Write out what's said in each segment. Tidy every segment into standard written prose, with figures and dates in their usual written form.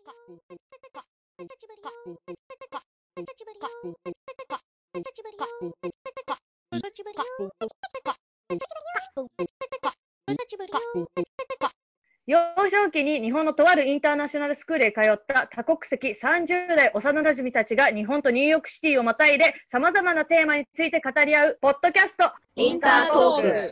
幼少期に日本のとあるインターナショナルスクールへ通った多国籍30代幼馴染たちが日本とニューヨークシティをまたいで様々なテーマについて語り合うポッドキャストインタートーク。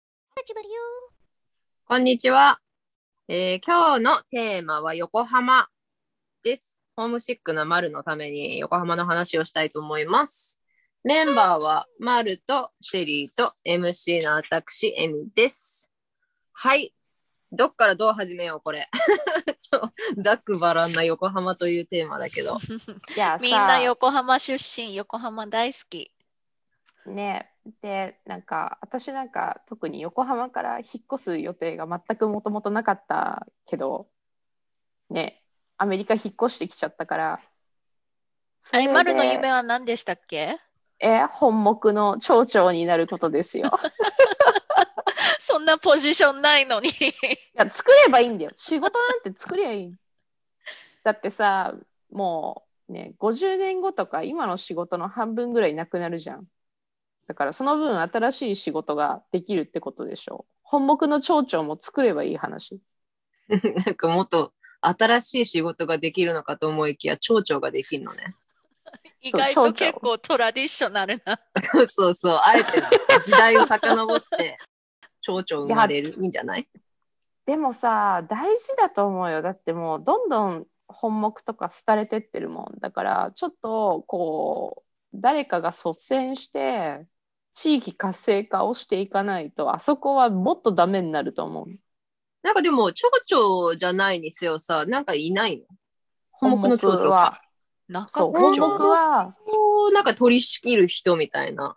こんにちは。今日のテーマは横浜です。ホームシックなマルのために横浜の話をしたいと思います。メンバーはマルとシェリーと MC の私エミです。はい。どっからどう始めようこれ。ざっくばらんな横浜というテーマだけど。 いやみんな横浜出身、横浜大好き。 ね。で、私特に横浜から引っ越す予定が全くもともとなかったけど、ね、アメリカ引っ越してきちゃったから。 あれ、マルの夢は何でしたっけ？ 本木の町長になることですよ。 そんなポジションないのに。いや、作ればいいんだよ。仕事なんて作りゃいい。だってさ、もうね、50年後とか今の仕事の半分ぐらいなくなるじゃん。だからその分新しい仕事ができるってことでしょ。本木の町長も作ればいい話。 もっと新しい仕事ができるのかと思いきや町長ができるのね。 意外と結構トラディショナルな。 そう。あえて時代を遡って町長生まれる。いいんじゃない？ でもさ、大事だと思うよ。だってもうどんどん本木とか廃れてってるもん。だからちょっとこう、誰かが率先して地域活性化をしていかないと、あそこはもっとダメになると思う。 でも町長じゃないにせよさ、いないの？本木の町長は。 そう、本木は取り仕切る人みたいな。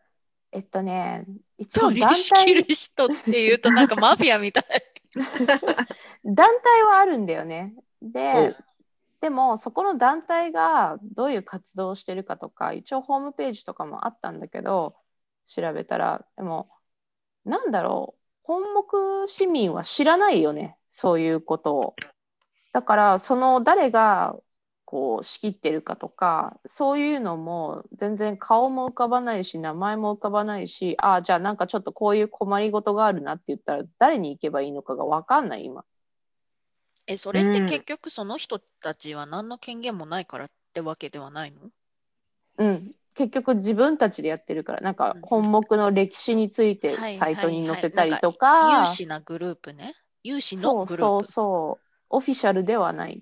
一応団体。取り仕切る人っていうとマフィアみたい。 団体はあるんだよね。でもそこの団体がどういう活動をしてるかとか、一応ホームページとかもあったんだけど、調べたら、でも、本木市民は知らないよね。そういうことを。だから、その誰がこう仕切ってるかとか、そういうのも全然顔も浮かばないし、名前も浮かばないし、じゃあちょっとこういう困りごとがあるなって言ったら、誰に行けばいいのかがわかんない、今。 それって結局その人たちは何の権限もないからってわけではないの？ うん。結局自分たちでやってるから、本木の歴史についてサイトに載せたりとか。 有志なグループね。有志のグループ。 そう。オフィシャルではない。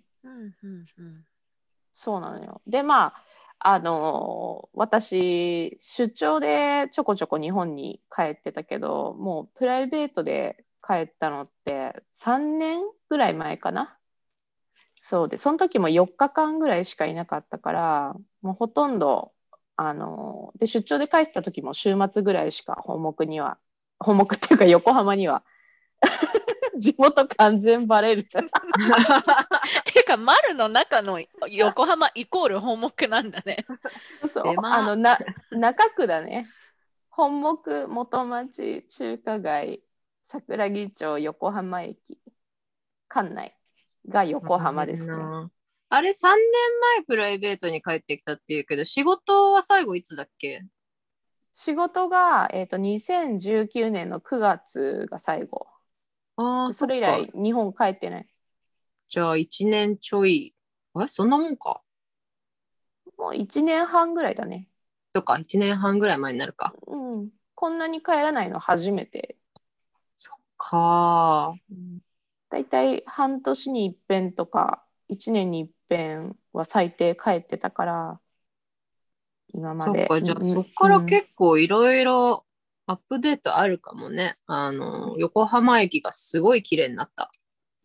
そうなのよ。で、私、出張でちょこちょこ日本に帰ってたけど、もうプライベートで帰ったのって3年ぐらい前かな。そうで、その時も4日間ぐらいしかいなかったから、もうほとんど、で、出張で帰った時も週末ぐらいしか本木っていうか横浜には、地元完全バレる。っていうか、丸の中の横浜イコール本木なんだね。 そう、中区だね。本木、元町、中華街、桜木町、横浜駅、関内が横浜ですね。 あれ、3年前プライベートに帰ってきたっていうけど、仕事は最後いつだっけ？ 仕事が、2019年の9月が最後。それ以来日本帰ってない。 じゃあ1年ちょい。そんなもんか。 もう1年半ぐらいだね。 とか、1年半ぐらい前になるか。 うん。こんなに帰らないの初めて。 そっか。 だいたい半年に一遍とか、1年に一遍は最低帰ってたから、今まで。 そっか、じゃあそっから結構いろいろアップデートあるかもね。横浜駅がすごい綺麗になった。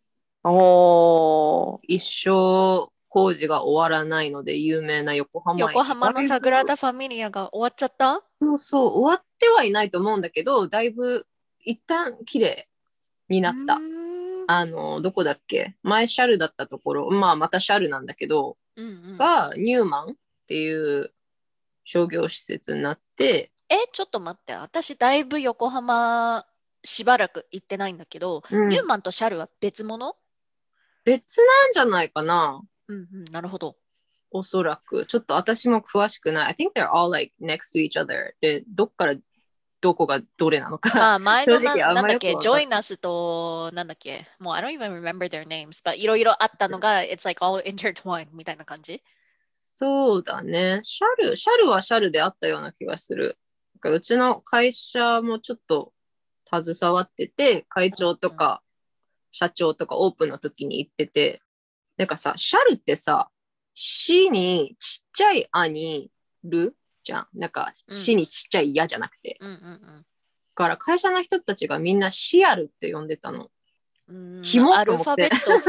一生工事が終わらないので有名な横浜駅。 横浜のサグラダ・ファミリアが終わっちゃった？ そう、終わってはいないと思うんだけど、だいぶ一旦綺麗になった。どこだっけ？前シャルだったところ、またシャルなんだけど、がニューマンっていう商業施設になって。 ちょっと待って。私だいぶ横浜しばらく行ってないんだけど、ニューマンとシャルは別物？ 別なんじゃないかな。 うんうん、なるほど。 おそらく。ちょっと私も詳しくない。I think they're all like next to each other. で、どっからどこがどれなのか。 まあ、前の正直あんまよくなんだっけ、 わかんない。 ジョイナスと、なんだっけ、もう I don't even remember their names, but いろいろあったのが、it's like all intertwined みたいな感じ。 そうだね。シャルはシャルであったような気がする。なんかうちの会社もちょっと携わってて、会長とか社長とかオープンの時に行ってて、なんかさ、シャルってさ、死にちっちゃいあにるじゃん。なんか死にちっちゃい矢じゃなくて。 うんうんだから会社の人たちがみんなシアルって呼んでたの。 うん。 キモアルと思ってファベット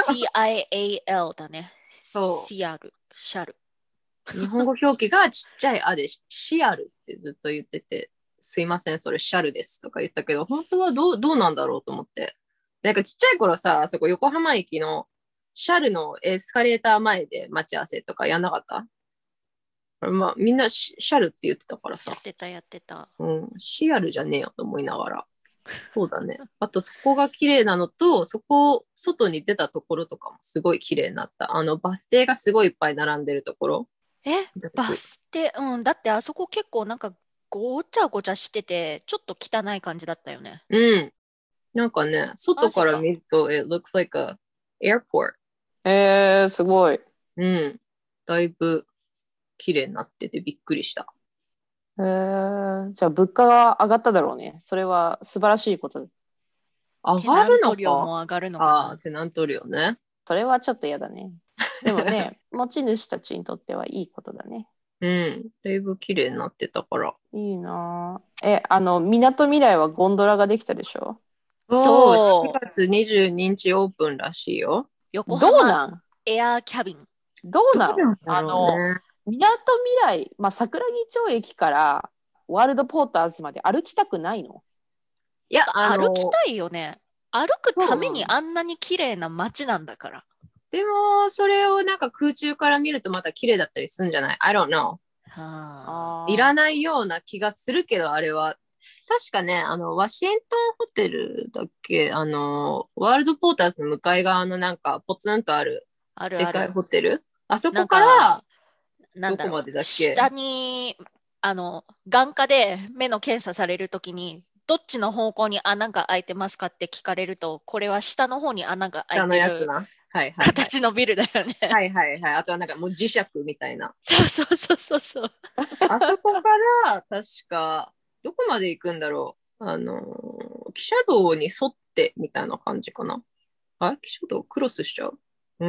CIAL だね。 そうシアル、シャル。 日本語表記がちっちゃいあでシアルってずっと言ってて、すいません、それシャルですとか言ったけど、本当はどうなんだろうと思って。なんかちっちゃい頃さ、あそこ横浜駅のシャルのエスカレーター前で待ち合わせとかやんなかった？まあ、みんなシャルって言ってたからさやっ。てた、やってた。 うん、シアルじゃねえよと思いながら。そうだね。あとそこが綺麗なのと、そこ、外に出たところとかもすごい綺麗になった。バス停がすごいいっぱい並んでるところ。 バス停、うん、だってあそこ結構なんかごちゃごちゃしてて、ちょっと汚い感じだったよね。 うん。なんかね、外から見ると、it looks like a airport. すごい。 うん。だいぶ綺麗になっててびっくりした。 じゃあ物価が上がっただろうね。それは素晴らしいこと。 上がるのテナント料かも上がるのかああ、 な。 テナント料ね。 それはちょっと嫌だね。でもね、持ち主たちにとってはいいことだね。 うん。だいぶ綺麗になってたから。 いいなぁ。みなとみらいはゴンドラができたでしょ？ そう 4月22日オープンらしいよ。 どう横浜なんエアーキャビン。 どうなんどうなんだろうね。 みなとみらい、まあ、桜木町駅からワールドポーターズまで歩きたくないの？ いや、 歩きたいよね。歩くためにあんなに綺麗な街なんだから。 でも、それをなんか空中から見るとまた綺麗だったりするんじゃない？ I don't know. いらないような気がするけど、あれは。確かね、ワシントンホテルだっけワールドポーターズの向かい側のなんかポツンとあるあるでかいある。 ホテルあそこからなんだろうどこまでだっけ？ 下に、眼科で目の検査されるときに、どっちの方向に穴が開いてますかって聞かれると、これは下の方に穴が開下いてるのやつな。はいはい、はい。 形のビルだよね。 はいはいはい。あとはなんかもう磁石みたいな。 そうそうそうそうそう。 あそこから確か、どこまで行くんだろう。汽車道に沿ってみたいな感じかな。汽車道クロスしちゃう？うん。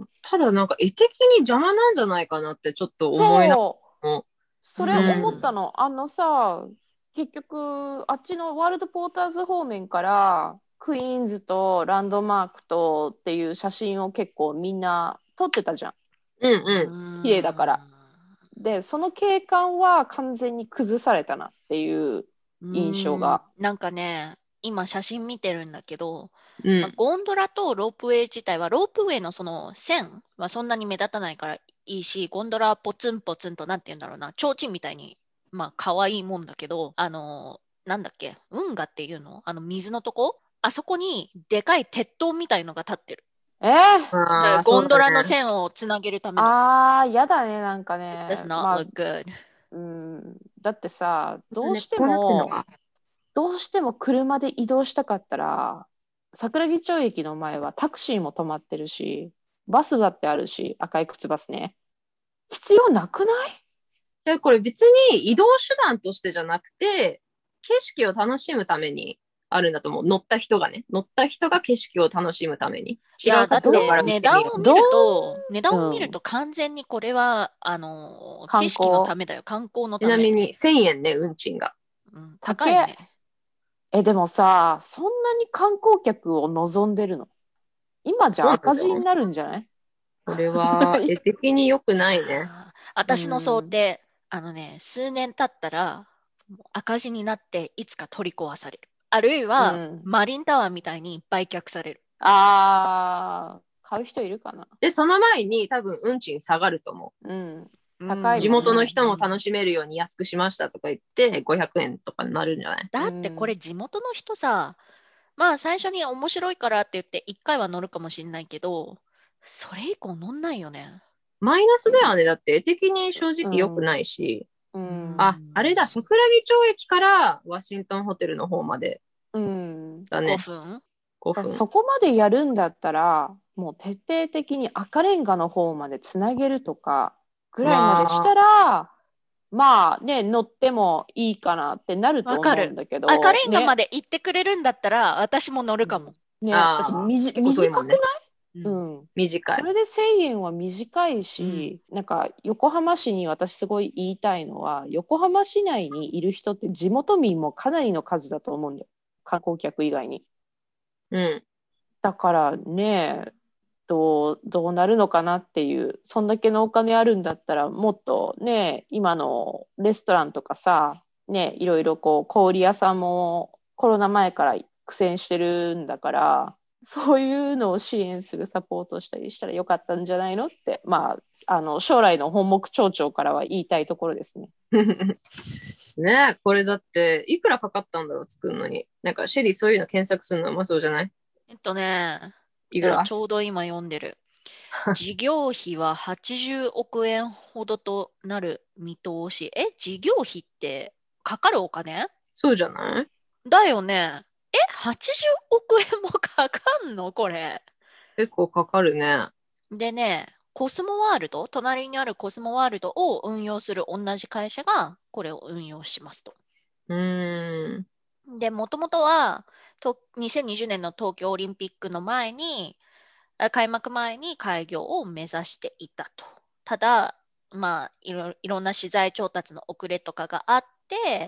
ただなんか絵的に邪魔なんじゃないかなってちょっと思いながら。 それ思ったの。結局、あっちのワールドポーターズ方面からクイーンズとランドマークとっていう写真を結構みんな撮ってたじゃん。 うん綺麗だから。で、その景観は完全に崩されたなっていう印象が。 なんかね、今写真見てるんだけど、 うん。 まあ、ゴンドラとロープウェイ自体は、ロープウェイのその線はそんなに目立たないからいいし、ゴンドラはポツンポツンとなんて言うんだろうな、提灯みたいに、まあ可愛いもんだけど、なんだっけ、運河っていうの水のとこあそこにでかい鉄塔みたいのが立ってる。ゴンドラの線をつなげるための。 やだね、なんかね。 Does not look good. だってさ、どうしても車で移動したかったら、桜木町駅の前はタクシーも止まってるし、バスだってあるし、赤い靴バスね。必要なくない？ じゃあこれ別に移動手段としてじゃなくて、景色を楽しむためにあるんだと思う。乗った人が景色を楽しむために。 いや、だって値段を見ると完全にこれは、景色のためだよ。観光のため。 ちなみに1000円ね、運賃が。 高いね。 でもさ、そんなに観光客を望んでるの？今じゃ赤字になるんじゃない？ これは絵的に良くないね。 私の想定、数年経ったら赤字になっていつか取り壊される。あるいは、マリンタワーみたいに売却される。 買う人いるかな？ で、その前に多分運賃下がると思う。 高い。 地元の人も楽しめるように安くしましたとか言って500円とかになるんじゃない？ だってこれ地元の人さ、まあ最初に面白いからって言って1回は乗るかもしれないけど、 それ以降乗んないよね。 マイナスだよね。だって絵的に正直良くないし。あれだ、桜木町駅からワシントンホテルの方までだ 5 ね。 分 5分。 そこまでやるんだったら、もう徹底的に赤レンガの方までつなげるとかぐらいまでしたら、まあね、乗ってもいいかなってなると思うんだけど。 赤レンガまで。 で行ってくれるんだったら、私も乗るかも。 ね、だって結構遠いもんね。 短くない短い。 それで1000円は短いし、なんか横浜市に私すごい言いたいのは、横浜市内にいる人って地元民もかなりの数だと思うんだよ。観光客以外に。だからね、どうなるのかなっていう、そんだけのお金あるんだったら、もっとね、今のレストランとかさ、ね、いろいろこう、小売屋さんもコロナ前から苦戦してるんだから、そういうのを支援するサポートしたりしたらよかったんじゃないのって、まあ、将来の本木町長からは言いたいところですね。 ねえ、これだって、いくらかかったんだろう、作るのに。なんか、シェリーそういうの検索するのうまそうじゃない？ いくら？ちょうど今読んでる。事業費は80億円ほどとなる見通し。事業費ってかかるお金？ そうじゃない？ だよね。80億円もかかんのこれ。 結構かかるね。 でね、コスモワールド、隣にあるコスモワールドを運用する同じ会社がこれを運用しますと。で、もともとは2020年の東京オリンピックの前に、開幕前に開業を目指していたと。ただ、まあ、いろんな資材調達の遅れとかがあって、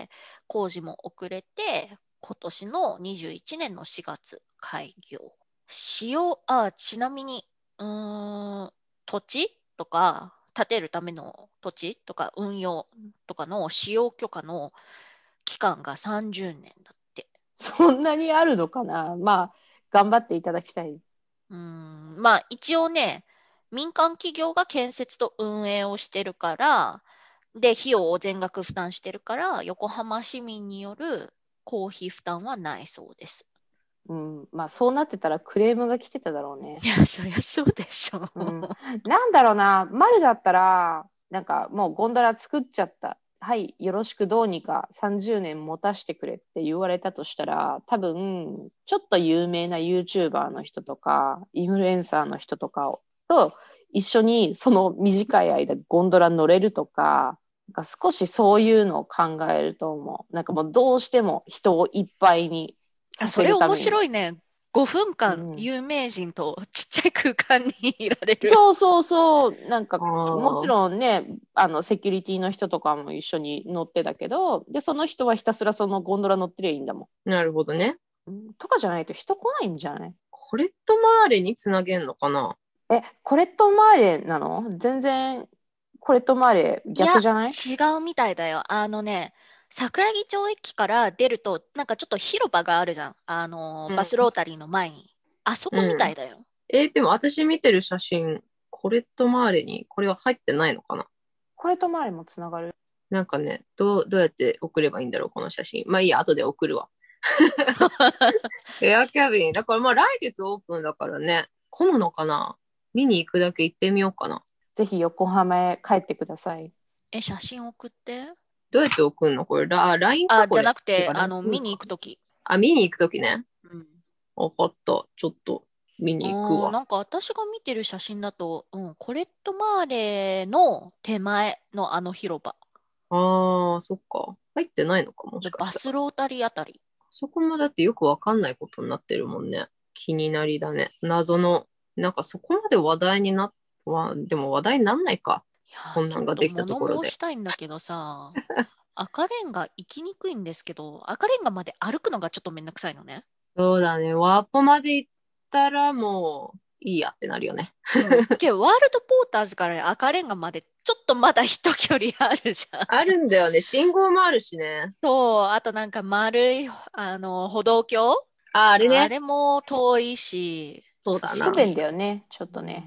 工事も遅れて、今年の21年の4月開業。ちなみに、土地とか、建てるための土地とか運用とかの使用許可の期間が30年だって。 そんなにあるのかな？まあ、頑張っていただきたい。 まあ一応ね、民間企業が建設と運営をしてるから、で、費用を全額負担してるから、横浜市民による公費負担はないそうです。 まあそうなってたらクレームが来てただろうね。 いや、そりゃそうでしょ。 なんだろうな、丸だったら、なんかもうゴンドラ作っちゃった。はい、よろしくどうにか30年持たしてくれって言われたとしたら、多分、ちょっと有名な YouTuber の人とか、インフルエンサーの人とかと一緒にその短い間ゴンドラ乗れるとか、なんか少しそういうのを考えると思う。なんかもうどうしても人をいっぱいにさそれせるために。 面白いね。5分間、有名人とちっちゃい空間にいられる。 そう。なんか、もちろんね、セキュリティの人とかも一緒に乗ってたけど、で、その人はひたすらそのゴンドラ乗ってりゃいいんだもん。なるほどね。 とかじゃないと人来ないんじゃない？ コレットマーレにつなげんのかな？ コレットマーレなの？全然、コレットマーレ逆じゃない？ 違うみたいだよ。桜木町駅から出ると、なんかちょっと広場があるじゃん。バスロータリーの前に。あそこみたいだよ。 でも私見てる写真、コレットマーレにこれは入ってないのかな？ コレットマーレもつながる？ なんかね、どうやって送ればいいんだろう、この写真。まあいいや、後で送るわ。エアキャビン。だからまあ来月オープンだからね、混むのかな？見に行くだけ行ってみようかな。 ぜひ横浜へ帰ってください。 写真送って。 どうやって送るのこれ、LINE かこれ。 じゃなくて、見に行くとき。 見に行くときね。わかった。ちょっと見に行くわ。 なんか私が見てる写真だと、コレットマーレの手前のあの広場。 そっか。入ってないのかもしかしたら。 バスロータリーあたり。 そこもだってよくわかんないことになってるもんね。気になりだね。謎の、なんかそこまで話題にでも話題になんないか。こんなんができたところで。 物申したいんだけどさ、赤レンガ行きにくいんですけど、赤レンガまで歩くのがちょっとめんどくさいのね。 そうだね。ワーポまで行ったらもういいやってなるよね。 ワールドポーターズから赤レンガまでちょっとまだ一距離あるじゃん。 あるんだよね。信号もあるしね。 そう。あとなんか丸い、歩道橋あれね。 あれも遠いし。 そうだな。 不便だよね。ちょっとね。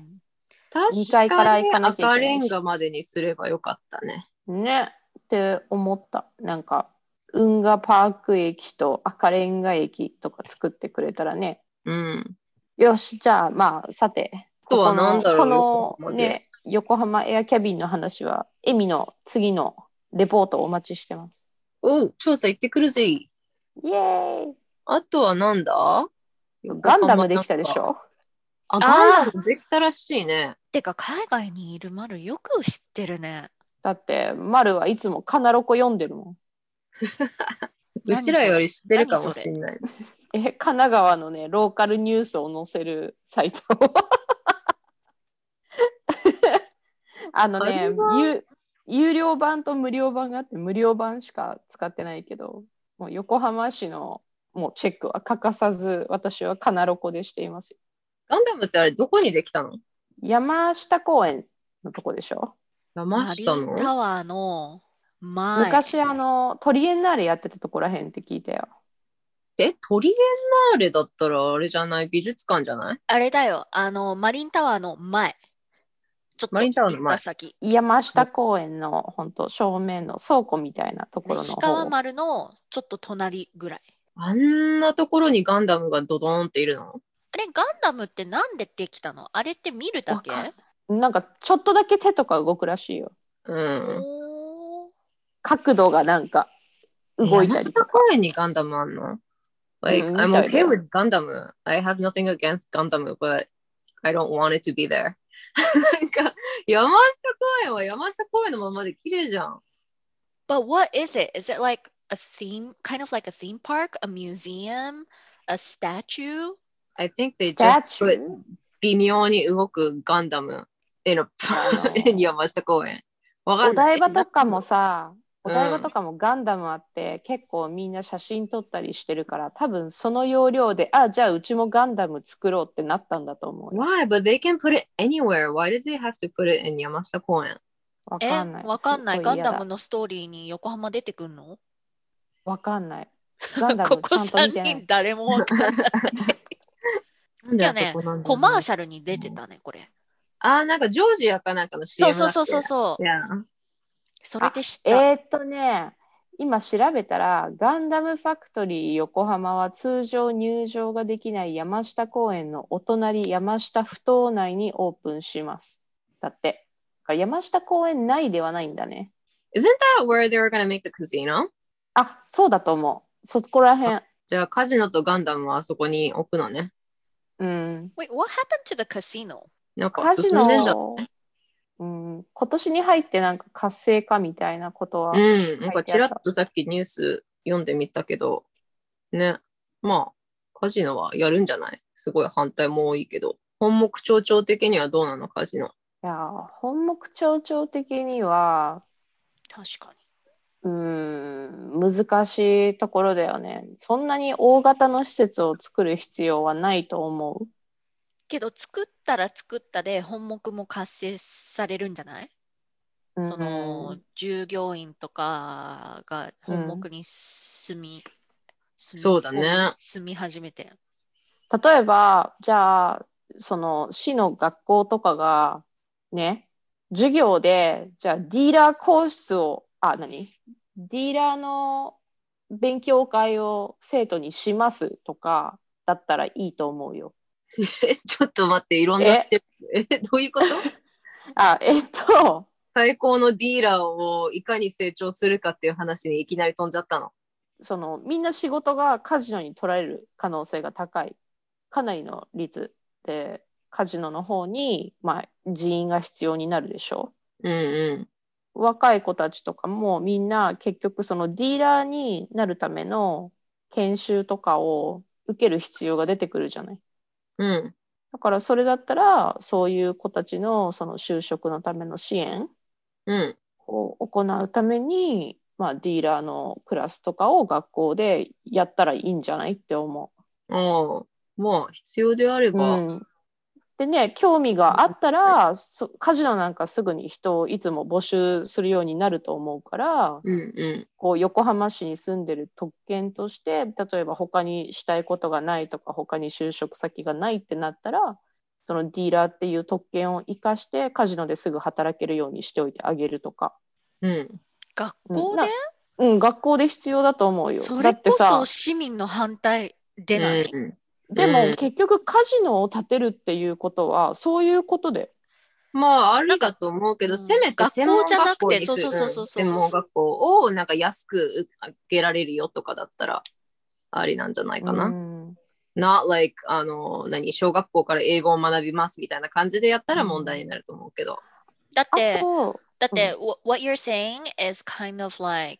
2階から行かなきゃいけない。赤レンガまでにすればよかったね。 ね。って思った。なんか、運河パーク駅と赤レンガ駅とか作ってくれたらね。よし、じゃあ、まあ、さて、 とは何だろう、 こ横浜で。 のね、横浜エアキャビンの話は、エミの次のレポートをお待ちしてます。 おう、調査行ってくるぜ。 イエーイ。 あとはなんだガンダムできたでしょ。 あ、ガンダムできたらしいね。 てか、海外にいる丸よく知ってるね。 だって、丸はいつもカナロコ読んでるもん。 うちらより知ってるかもしんない。 神奈川のね、ローカルニュースを載せるサイト。有料版と無料版があって、無料版しか使ってないけど、もう横浜市のもうチェックは欠かさず、私はカナロコでしていますよ。 ガンダムってあれどこにできたの？ 山下公園のとこでしょ？ 山下のマリンタワーの前。 昔トリエンナーレやってたとこらへんって聞いたよ。 トリエンナーレだったらあれじゃない？美術館じゃない？ あれだよ。マリンタワーの前。ちょっとマリンタワーの前。 先。 山下公園の本当正面の倉庫みたいなところの方。 石川丸のちょっと隣ぐらい。 あんなところにガンダムがドドーンっているの？ あれ、ガンダムってなんでできたの？あれって見るだけ？ なんかちょっとだけ手とか動くらしいよ。角度がなんか動いたりとか。 山下公園にガンダムあんの？Like, I'm okay with Gundam. I have nothing against Gundam, but I don't want it to be there. なんか、山下公園は山下公園のままで綺麗じゃん。 But what is it? Is it like a theme, kind of like a theme park, a museum, a statue? I think they just put 微妙に動くガンダム in山下公園。わかんない。 お台場とかもさ、お台場とかもガンダムあって、結構みんな写真撮ったりしてるから、多分その要領で、じゃあうちもガンダム作ろうってなったんだと思うよ。 Why? But they can put it anywhere. Why did they have to put it in 山下公園？ わかんない。 わかんない。ガンダムのストーリーに横浜出てくんの？ わかんない。ガンダムちゃんと見てない。 ここ3人誰もわかんない。じゃあね、コマーシャルに出てたね、これ。 なんかジョージアかなんかの CM だっけ？ そう。 Yeah. それで知った。 今調べたら、ガンダムファクトリー横浜は通常入場ができない山下公園のお隣山下ふ頭内にオープンします。だって。山下公園内ではないんだね。 Isn't that where they were gonna make the casino? そうだと思う。そこらへん。 じゃあカジノとガンダムはあそこに置くのね。 Wait, what happened to the casino? なんか進んでんじゃん。 今年に入ってなんか活性化みたいなことは。 なんかちらっとさっきニュース読んでみたけど、ね。まあ、カジノはやるんじゃない？すごい反対も多いけど。本目町長的にはどうなの？カジノ。 いや、本目町長的には、 確かに。 難しいところだよね。そんなに大型の施設を作る必要はないと思う。 けど作ったら作ったで本目も活性されるんじゃない？その従業員とかが本目にそうだね。 住み始めて。 例えば、じゃあ、その市の学校とかがね、授業で、じゃあディーラー講室を、ディーラーの勉強会を生徒にしますとかだったらいいと思うよ。 ちょっと待って、いろんなステップ。どういうこと？最高のディーラーをいかに成長するかっていう話にいきなり飛んじゃったの。 みんな仕事がカジノに取られる可能性が高い。かなりの率で、カジノの方に、人員が必要になるでしょ。若い子たちとかもみんな結局そのディーラーになるための研修とかを受ける必要が出てくるじゃない。だからそれだったら、そういう子たちのその就職のための支援を行うために、ディーラーのクラスとかを学校でやったらいいんじゃないって思う。必要であれば。 でね、興味があったら、カジノなんかすぐに人をいつも募集するようになると思うから、横浜市に住んでる特権として、例えば他にしたいことがないとか、他に就職先がないってなったら、そのディーラーっていう特権を生かして、カジノですぐ働けるようにしておいてあげるとか。 学校で？ 学校で必要だと思うよ。 それこそ市民の反対出ない？ でも結局カジノを建てるっていうことは、そういうことで。 まあ、ありだと思うけど、せめて専門学校にする。専門学校をなんか安く受けられるよとかだったら、ありなんじゃないかな。not like, 小学校から英語を学びますみたいな感じでやったら問題になると思うけど。 だって、what you're saying is kind of like,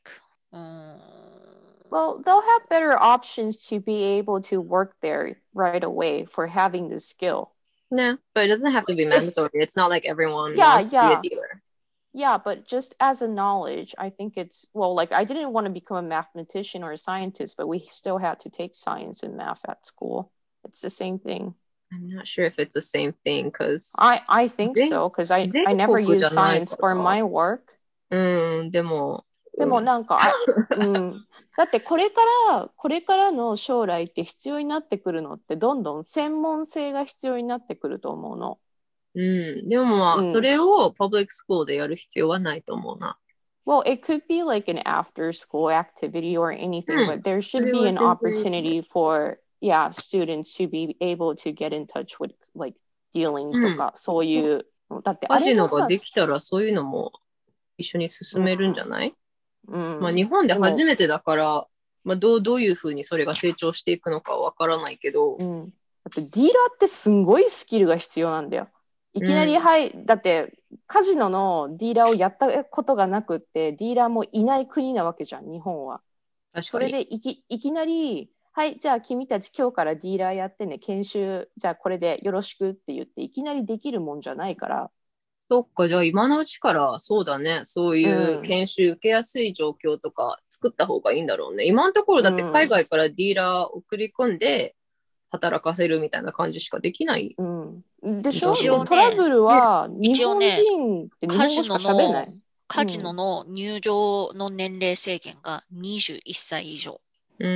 well, they'll have better options to be able to work there right away for having the skill. No, but it doesn't have to be mandatory. It's not like everyone wants to be a dealer. Yeah, but just as a knowledge, I think it's, well, like I didn't want to become a mathematician or a scientist, but we still had to take science and math at school. It's the same thing. I'm not sure if it's the same thing because I think so, because I never used science for my work. でもなんか、だってこれからの将来って必要になってくるのってどんどん専門性が必要になってくると思うの。 でもまあ、それをパブリックスクールでやる必要はないと思うな。 Well, it could be like an after school activity or anything, but there should be an opportunity for, students to be able to get in touch with like dealing とか、そういう。だってカジノができたらそういうのも一緒に進めるんじゃない？まあ日本で初めてだから、まあどういうふうにそれが成長していくのかわからないけど。 だってディーラーってすんごいスキルが必要なんだよ。いきなり、だってカジノのディーラーをやったことがなくって、ディーラーもいない国なわけじゃん、日本は。それでいきなり、はい、じゃあ君たち今日からディーラーやってね、研修、じゃあこれでよろしくって言って、いきなりできるもんじゃないから。 そっか、じゃあ今のうちからそうだね、そういう研修受けやすい状況とか作った方がいいんだろうね。今のところだって海外からディーラー送り込んで働かせるみたいな感じしかできない。 でしょ？トラブルは日本人って日本語しか喋れない。 カジノの入場の年齢制限が21歳以上。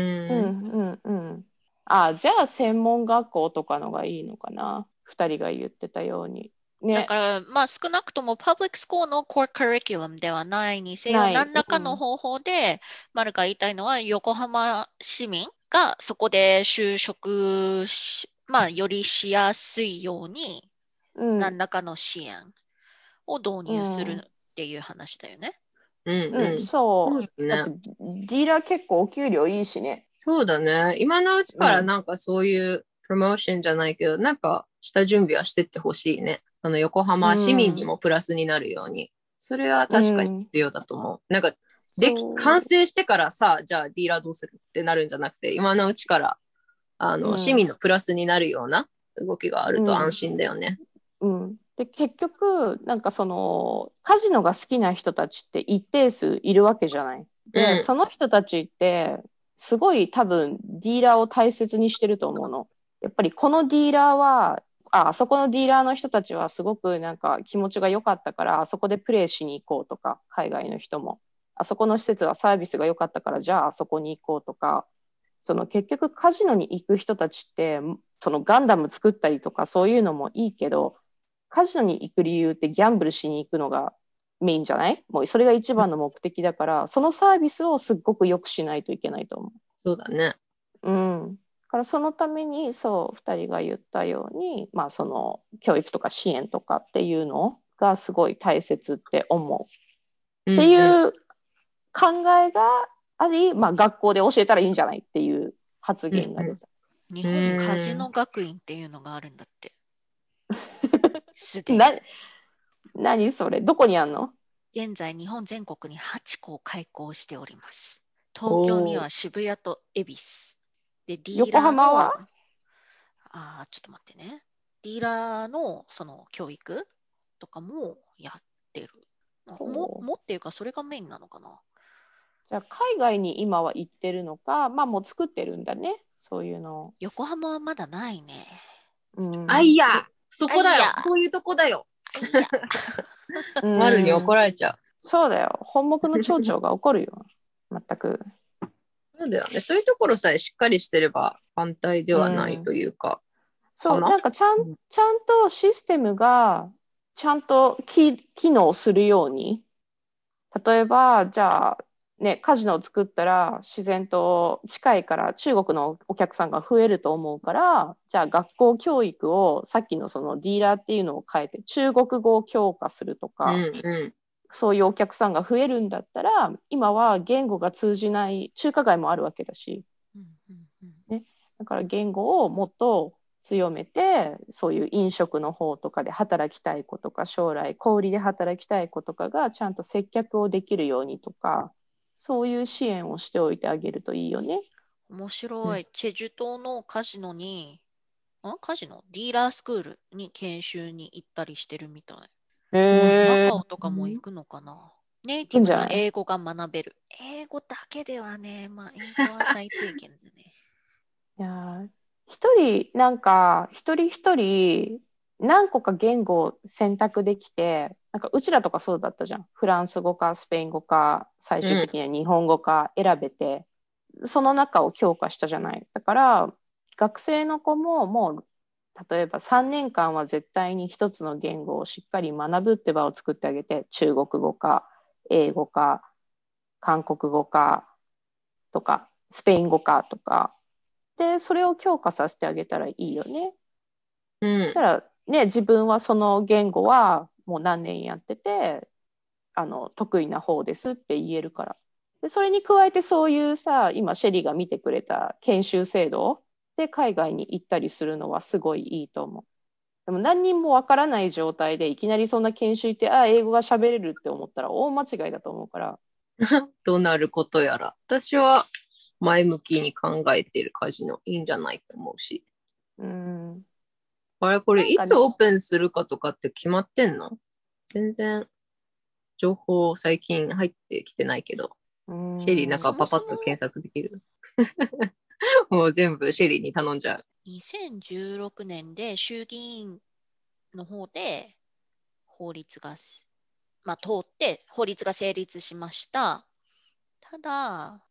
じゃあ専門学校とかのがいいのかな。2人が言ってたように。ね、 だから、まあ少なくともパブリックスクールのコアカリキュラムではないにせよ、何らかの方法で、マルが言いたいのは、横浜市民がそこで就職よりしやすいように、何らかの支援を導入するっていう話だよね。 そう。だってディーラー結構お給料いいしね。 そうだね。今のうちからなんかそういうプロモーションじゃないけど、なんか下準備はしてってほしいね。横浜市民にもプラスになるように。それは確かに必要だと思う。なんか、完成してからさ、じゃあディーラーどうするってなるんじゃなくて、今のうちから、市民のプラスになるような動きがあると安心だよね。 で、結局、なんかカジノが好きな人たちって一定数いるわけじゃない。で、その人たちって、すごい多分ディーラーを大切にしてると思うの。やっぱりこのディーラーは、あそこのディーラーの人たちはすごくなんか気持ちが良かったから、あそこでプレイしに行こうとか、海外の人も。あそこの施設はサービスが良かったから、じゃああそこに行こうとか、結局カジノに行く人たちって、ガンダム作ったりとかそういうのもいいけど、カジノに行く理由ってギャンブルしに行くのがメインじゃない？もうそれが一番の目的だから、そのサービスをすっごく良くしないといけないと思う。 そうだね。 からそのために、2人が言ったように、教育とか支援とかっていうのがすごい大切って思う。っていう考えがあり、学校で教えたらいいんじゃないっていう発言が出た。 日本カジノ学院っていうのがあるんだって。 何それ？どこにあんの？ 現在、日本全国に8校開校しております。東京には渋谷と恵比寿。で、ディーラー横浜は？ ちょっと待ってね。ディーラーの教育とかもやってる。もっていうか、それがメインなのかな。 じゃあ、海外に今は行ってるのか、もう作ってるんだね。そういうの。 横浜はまだないね。 そこだよ。そういうとこだよ。マルに怒られちゃう。 そうだよ。本目の町長が怒るよ。全く。 そうだよね。そういうところさえしっかりしてれば反対ではないというか。 そう、なんかちゃんとシステムがちゃんと機能するように。例えば、じゃあ、 ね、カジノを作ったら自然と近いから中国のお客さんが増えると思うから、じゃあ学校教育をさっきのそのディーラーっていうのを変えて中国語を強化するとうか、 んうん。 そういうお客さんが増えるんだったら、今は言語が通じない中華街もあるわけだし、 うんうんうんね、だから言語をもっと強めて、そういう飲食の方とかで働きたい子とか、将来小売りで働きたい子とかがちゃんと接客をできるようにとか、そういう支援をしておいてあげるといいよね。 面白い。チェジュ島のカジノディーラースクールに研修に行ったりしてるみたい。マへカオとかも行くのかな。ネイティブないいんじゃない？ 英語が学べる。英語だけではね、まあ、英語は最低限だね。 いやー、一人一人、何個か言語を選択できて、なんかうちらとかそうだったじゃん。フランス語かスペイン語か、最終的には日本語か選べて、その中を強化したじゃない。だから、学生の子ももう、例えば3年間は絶対に一つの言語をしっかり学ぶって場を作ってあげて、中国語か、英語か、韓国語か、とか、スペイン語かとか、で、それを強化させてあげたらいいよね。 うんそしたら、ね、自分はその言語はもう何年やってて、得意な方ですって言えるから。で、それに加えてそういうさ、今シェリーが見てくれた研修制度で海外に行ったりするのはすごいいいと思う。でも何人もわからない状態でいきなりそんな研修行って、あ、英語が喋れるって思ったら大間違いだと思うから。 どうなることやら。私は前向きに考えてるカジノいいんじゃないと思うし。 うん。 あれ、これなんかね、 いつオープンするかとかって決まってんの？全然情報最近入ってきてないけど。 うんシェリーなんかパパッと検索できる？もう全部シェリーに頼んじゃう。 2016年で衆議院の方で法律がまあ、通って法律が成立しました。ただ、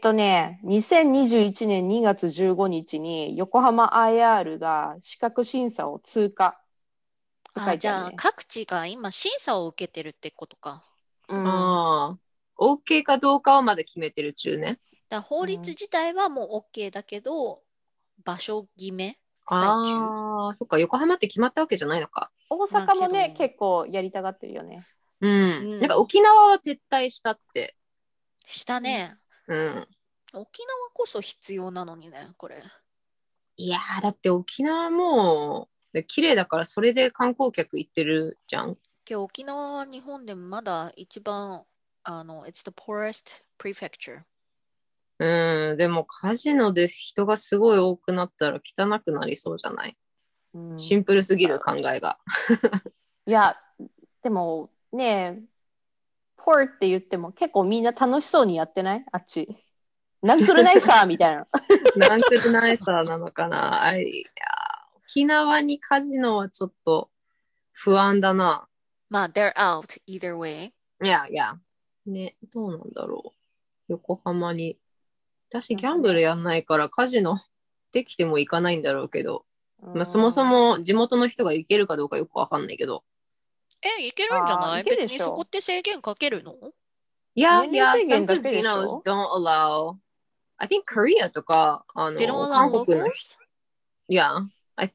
2021年2月15日に横浜 IR が資格審査を通過って書いじゃあてあるね。 各地が今審査を受けてるってことか。 うん。 ああ、OK かどうかはまだ決めてる中ね。 だから法律自体はもう OK だけど、場所決め最中。 ああ、そっか、横浜って決まったわけじゃないのか。 大阪もね、 まあけど結構やりたがってるよね。 うん。 うんなんか沖縄は撤退したって。 したね。 うん。 沖縄こそ必要なのにね、これ。 いやー、だって沖縄も綺麗だからそれで観光客行ってるじゃん。 今日沖縄は日本でまだ一番、it's the poorest prefecture。 うん。でもカジノで人がすごい多くなったら汚くなりそうじゃない？ うん、 シンプルすぎる考えが。 いや、でもね、ポーって言っても結構みんな楽しそうにやってないあっち。なんくるないさみたいな。 なんくるないさなのかな。いや、沖縄にカジノはちょっと不安だな。 まあ、they're out either way。 いやいや。ね、どうなんだろう。横浜に。私ギャンブルやんないからカジノできても行かないんだろうけど。まあ、そもそも地元の人が行けるかどうかよくわかんないけど。 いけるんじゃない？ いけるでしょ。 別にそこって制限かけるの？ いや、 年齢制限だ some けでしょ casinos don't allow. I think Korea とか、 They don't allow 韓国の locals? Yeah,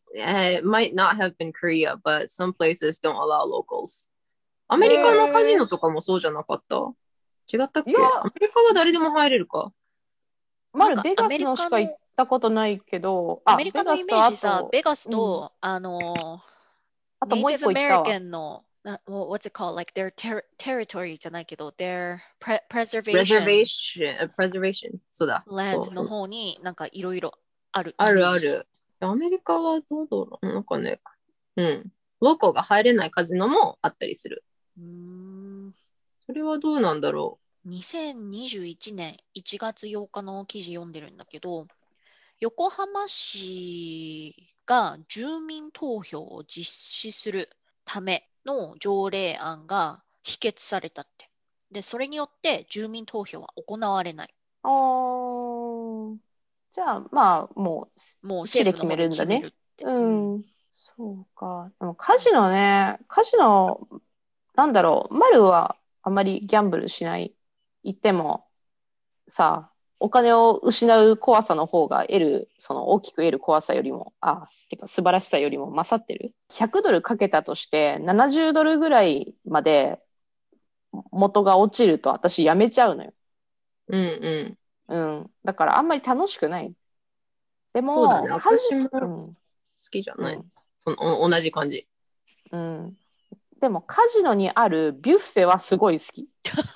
it might not have been Korea, but some places don't allow locals. アメリカのカジノとかもそうじゃなかった？違ったっけ？ いやアメリカは誰でも入れるか。 まだベガスのしか行ったことないけど、 アメリカのイメージさ、ベガスうんと、 あとネイティブアメリもう一個行ったわ。 カンの、what's it called? Like their territory じゃないけど、their preservation Preservation. そうだ。 land の方になんかいろいろある。 あるある。アメリカはどうだろう？なんかね、うん。ロコが入れないカジノもあったりする。それはどうなんだろう。2021年1月8日の記事読んでるんだけど、横浜市が住民投票を実施するための条例案が否決されたって。で、それによって住民投票は行われない。 じゃあ、まあ、もう市で決めるんだね。そうか。でもカジノね、なんだろう、マルはあまりギャンブルしない。言っても、 さ、お金を失う怖さの方がその大きく得る怖さよりも、てか素晴らしさよりも勝ってる。100ドルかけたとして70ドルぐらいまで元が落ちると私やめちゃうのよ。 うんうん。 うん。だからあんまり楽しくない。でも、 そうだね。私も好うん。 きじゃない。 うん同じ感じ。 うん。でもカジノにあるビュッフェはすごい好き。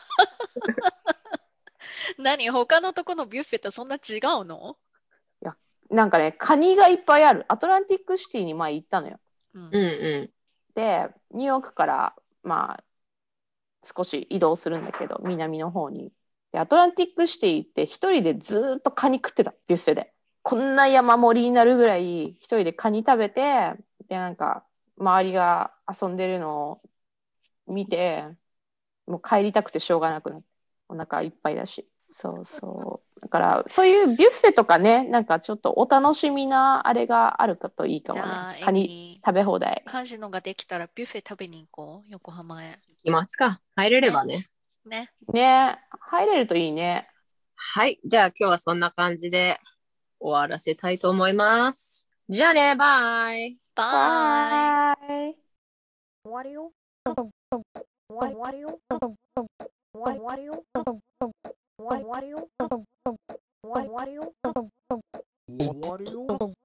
何他のとこのビュッフェとそんな違うの？ なんかね、カニがいっぱいある。アトランティックシティに前行ったのよ。 うんうんうで、ニューヨークからまあ少し移動するんだけど、南の方に。で、アトランティックシティ行って一人でずーっとカニ食ってた、ビュッフェで。こんな山盛りになるぐらい一人でカニ食べて、で、なんか周りが遊んでるのを見て、もう帰りたくてしょうがなくなって、お腹いっぱいだし。そうそう。だから、そういうビュッフェとかね、なんかちょっとお楽しみなあれがあるかといいかもじゃあ、 ね。カニ食べ放題。 カジノができたらビュッフェ食べに行こう、横浜へ。 ん。行きますか。入れればね。 ね。 ね、入れるといいね。 はい。じゃあ今日はそんな感じで終わらせたいと思います。じゃあね、バイ。 バイ。 バイ。 終わるよ。終わるよ。終わるよ。終わるよ。終わるよ。終わるよ。終わるよ。